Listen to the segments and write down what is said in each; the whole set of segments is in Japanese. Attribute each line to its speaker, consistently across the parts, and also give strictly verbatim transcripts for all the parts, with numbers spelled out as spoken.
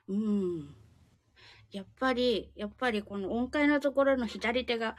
Speaker 1: うん。やっぱり、やっぱりこの音階のところの左手が、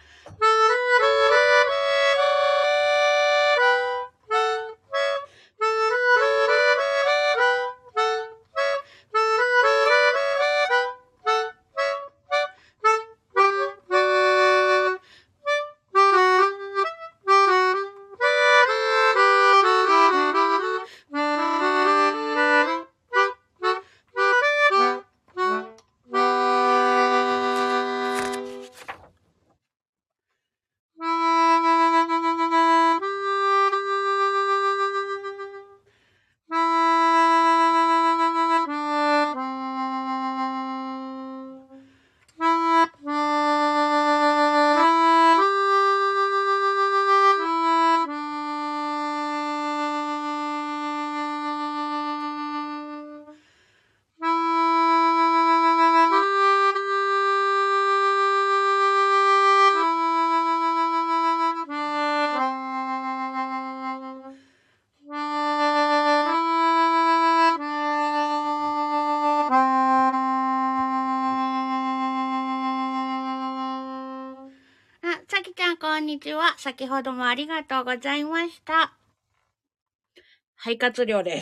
Speaker 1: あ、さきちゃんこんにちは。先ほどもありがとうございました。肺活量です。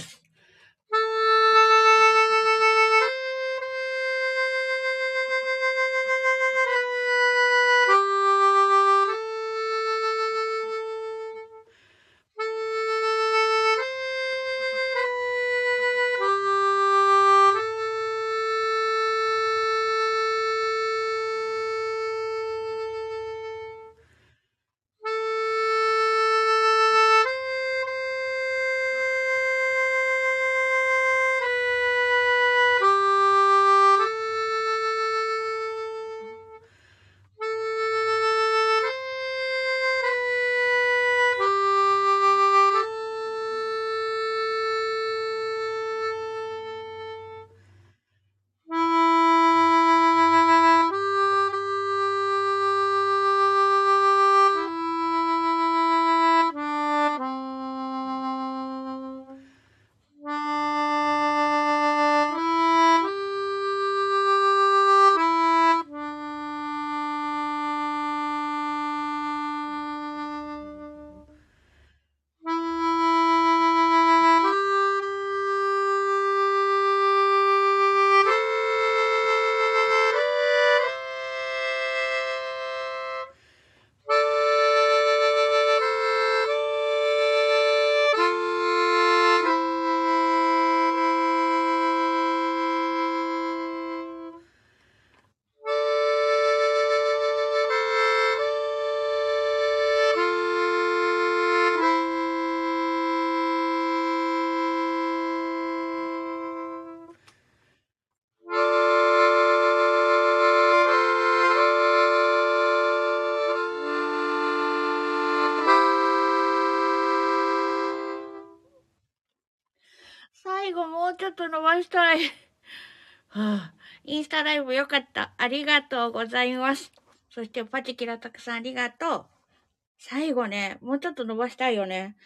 Speaker 1: 最後もうちょっと伸ばしたい。はあ、インスタライブよかった。ありがとうございます。そしてパチキラたくさんありがとう。最後ね、もうちょっと伸ばしたいよね。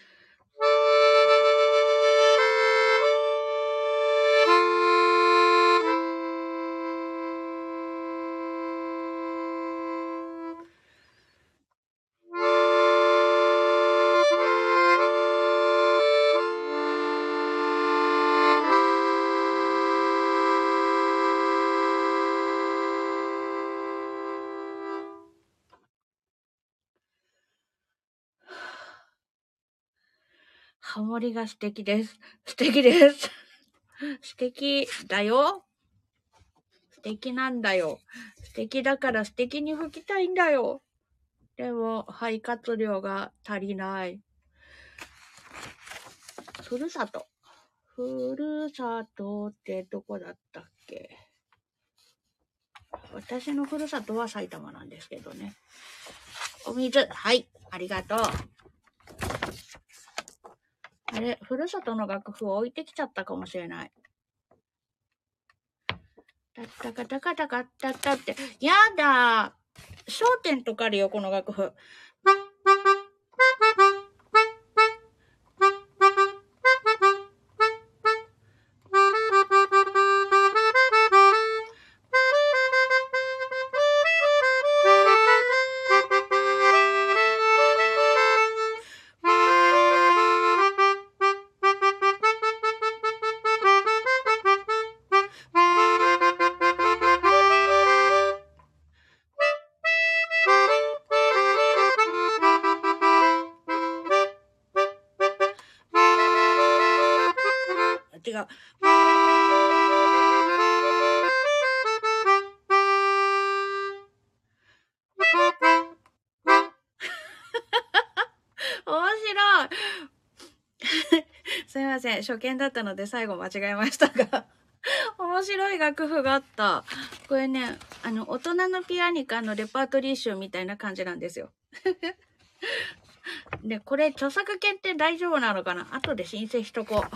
Speaker 1: ハモリが素敵です。素敵です。素敵だよ。素敵なんだよ。素敵だから素敵に吹きたいんだよ。でも、肺活量が足りない。ふるさと。ふるさとってどこだったっけ？私のふるさとは埼玉なんですけどね。お水。はい。ありがとう。あれ、ふるさとの楽譜を置いてきちゃったかもしれない。たったかたかたかたったって。やだ。焦点とかあるよ、この楽譜。 違う。面白い。すいません。初見だったので最後間違えましたが。面白い楽譜があった。これね、あの、大人のピアニカのレパートリー集みたいな感じなんですよ。で、これ著作権って大丈夫なのかな？後で申請しとこ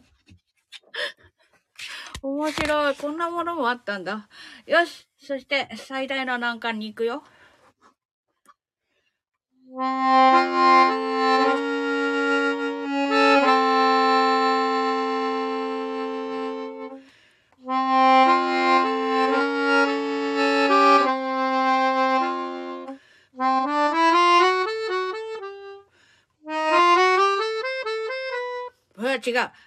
Speaker 1: う。面白い。こんなものもあったんだ。よし。そして最大の難関に行くよ。うわ、違う。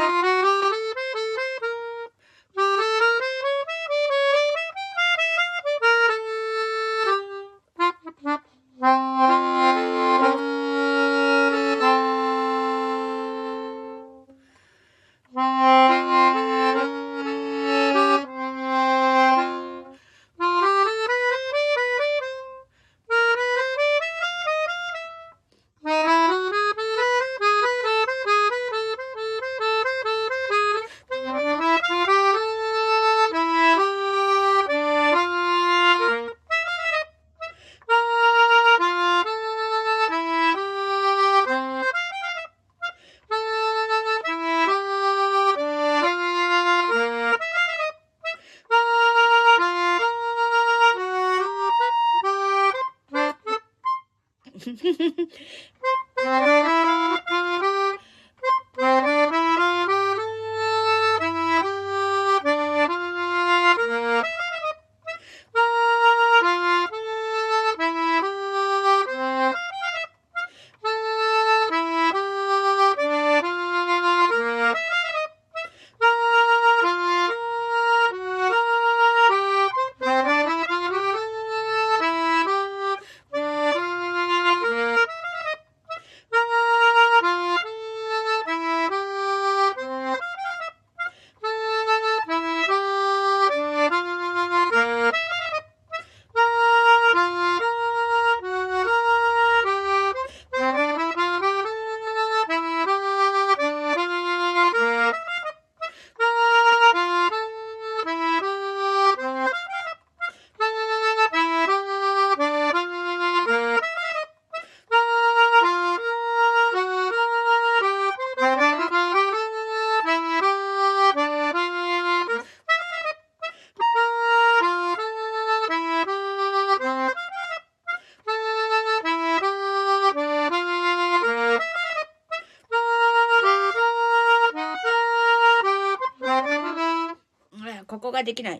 Speaker 1: ここができない。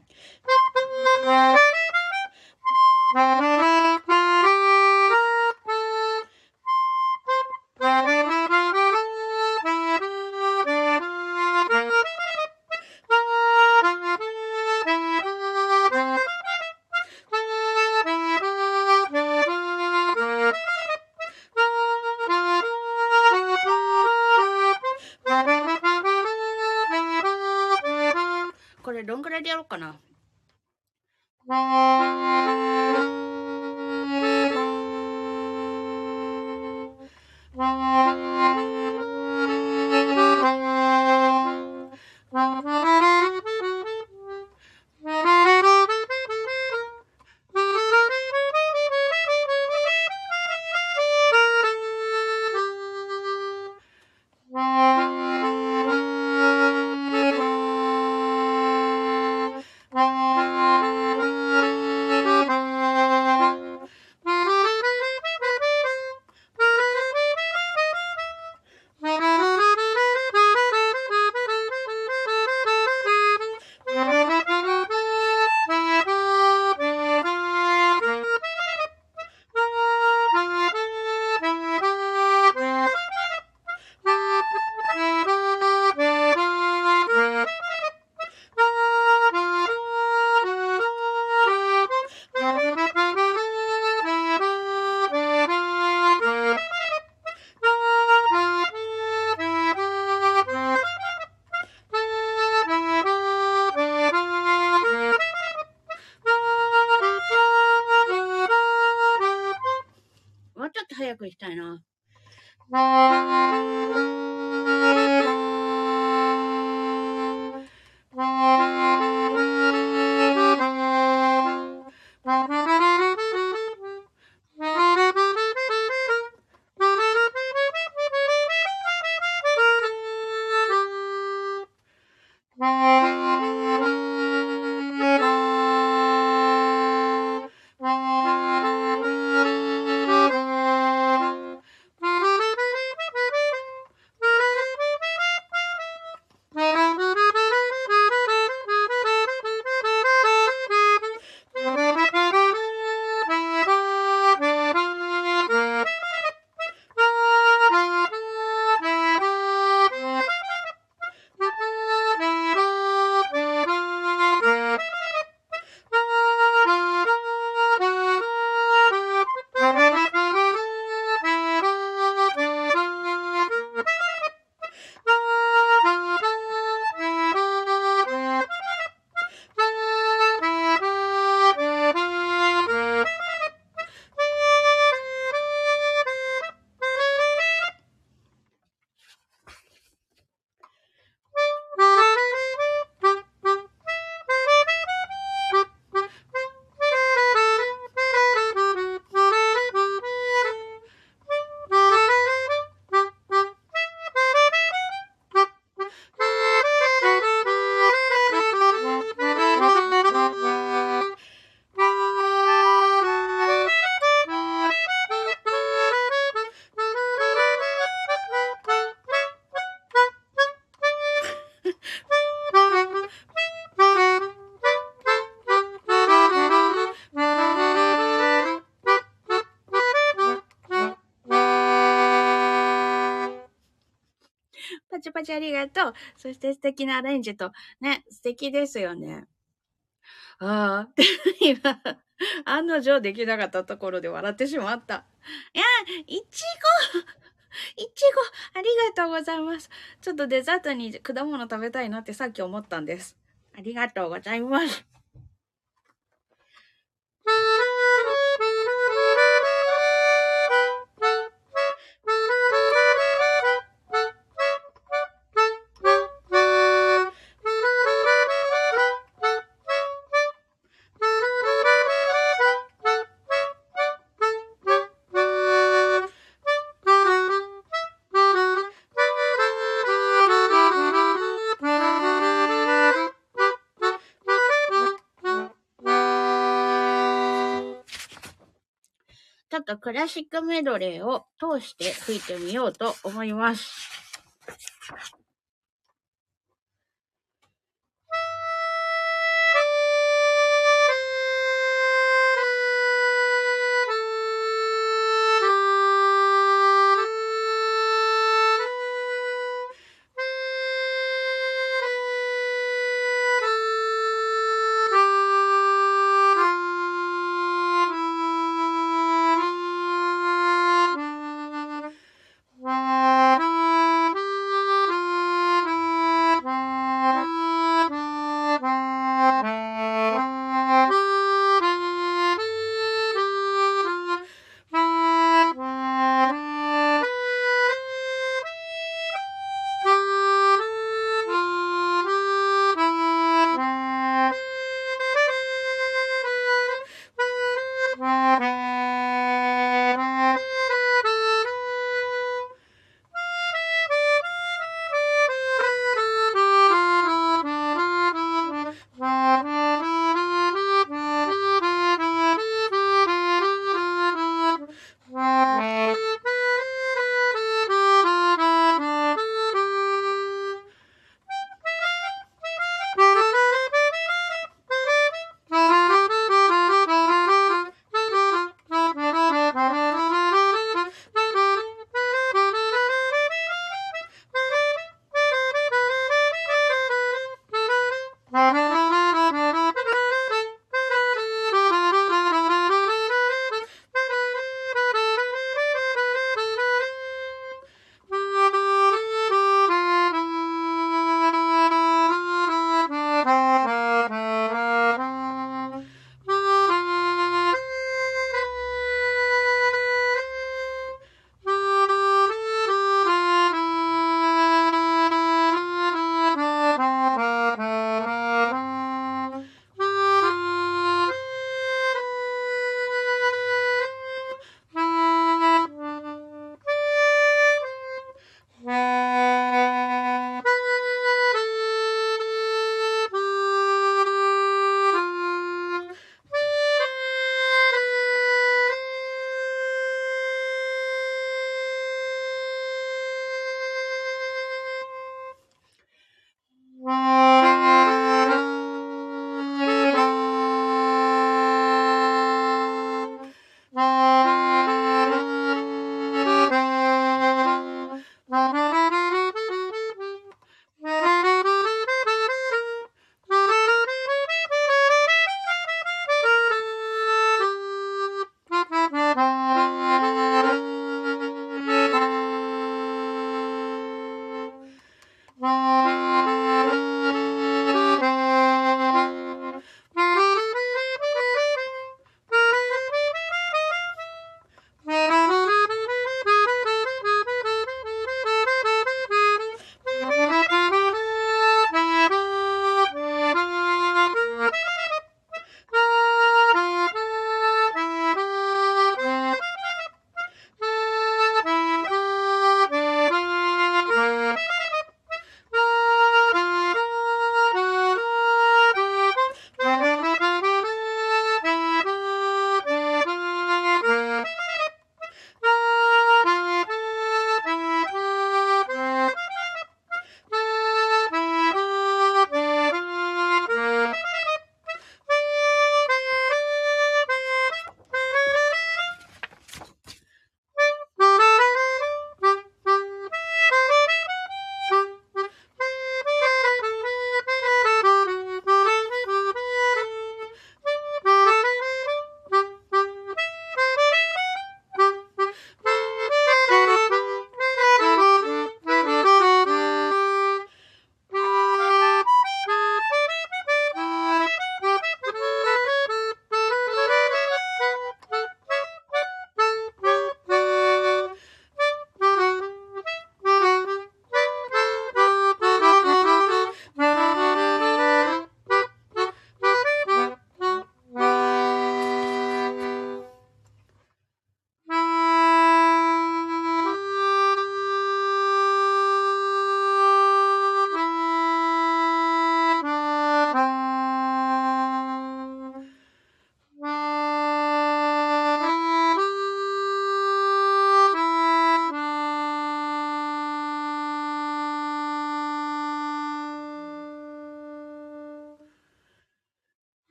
Speaker 1: これどんぐらいでやろうかな。 行きたいな。パチパチありがとう。そして素敵なアレンジと、ね、素敵ですよね。ああ、今、案の定できなかったところで笑ってしまった。いや、いちごいちごありがとうございます。ちょっとデザートに果物食べたいなってさっき思ったんです。ありがとうございます。ちょっとクラシックメドレーを通して吹いてみようと思います。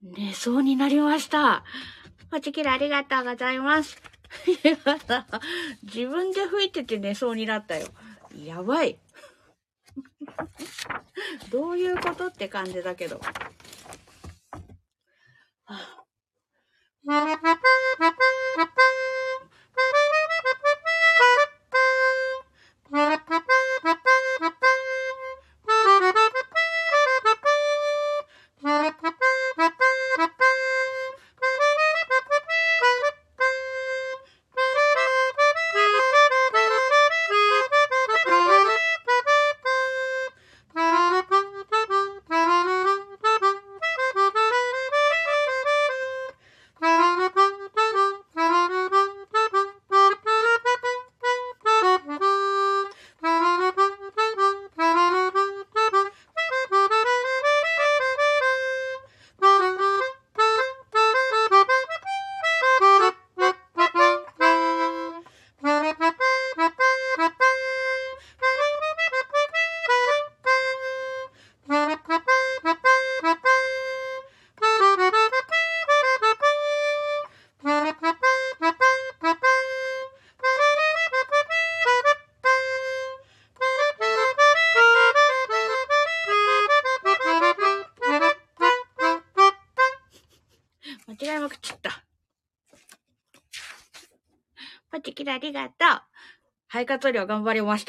Speaker 1: 寝そうになりました。パチキラありがとうございます。自分で吹いてて寝そうになったよ。やばい。どういうことって感じだけど。間違いまくっちゃった。パチキラありがとう。肺活量頑張りました。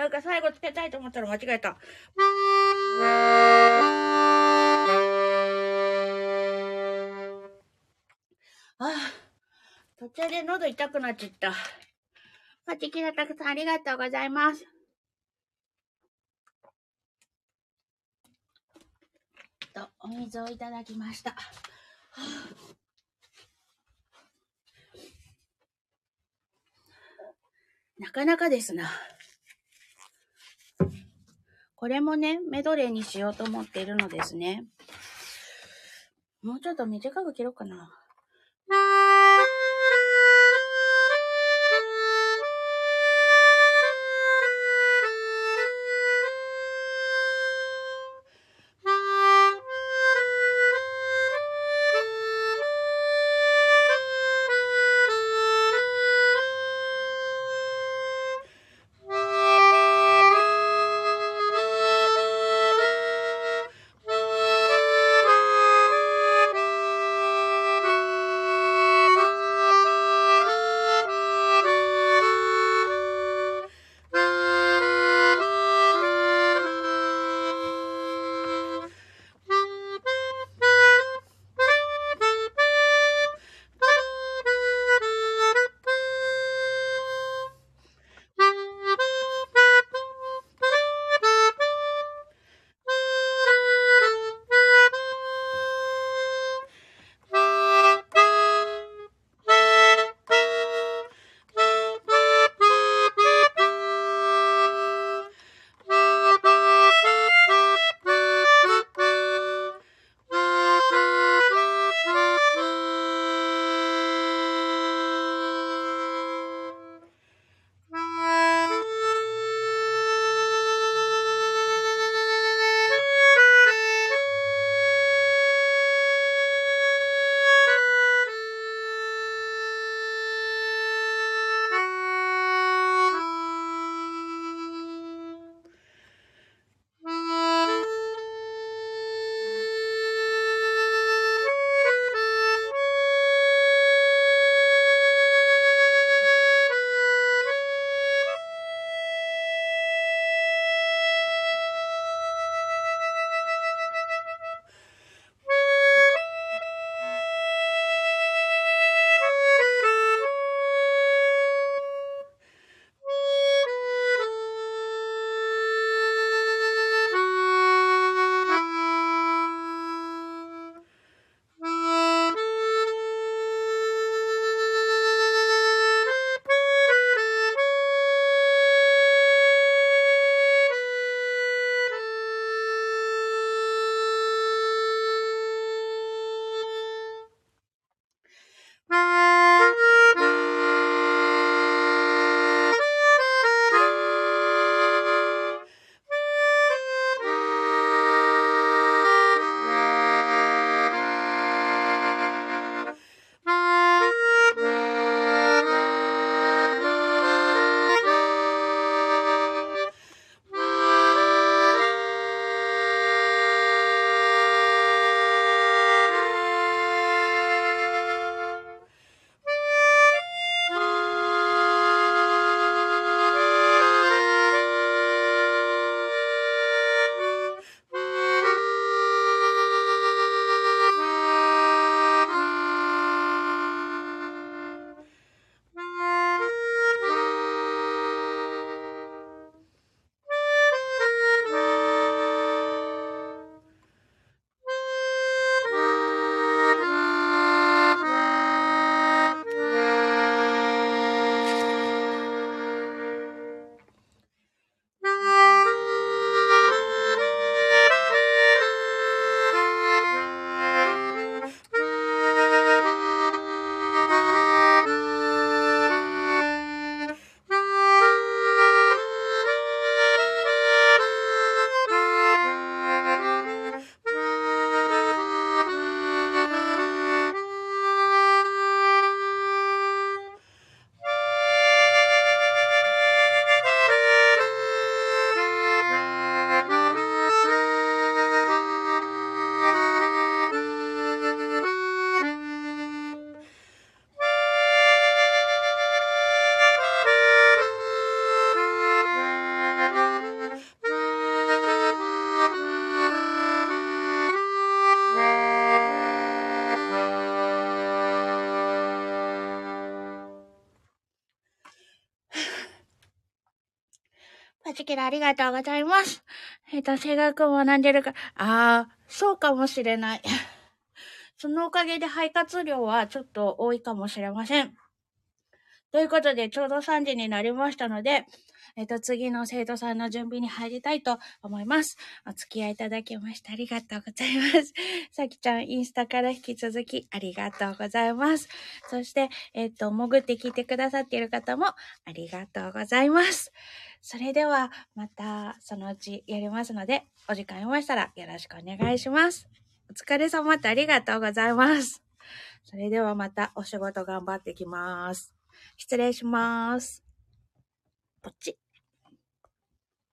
Speaker 1: なんか最後つけたいと思ったら間違えた。ああ、途中で喉痛くなっちゃった。パチキラタクさんありがとうございます。と、お水をいただきました。はあ、なかなかですな。これもね、メドレーにしようと思っているのですね。もうちょっと短く切ろうかな。 はちキロありがとうございます。えっと、声楽を学んでるか、あー、そうかもしれない。そのおかげで肺活量はちょっと多いかもしれません。ということで、ちょうどさんじになりましたので、えっと、次の生徒さんの準備に入りたいと思います。お付き合いいただきましてありがとうございます。さきちゃん、インスタから引き続きありがとうございます。そして、えっと、潜って聞いてくださっている方もありがとうございます。それでは、またそのうちやりますので、お時間ありましたらよろしくお願いします。お疲れ様ってありがとうございます。それではまたお仕事頑張ってきます。失礼します。ポチッ。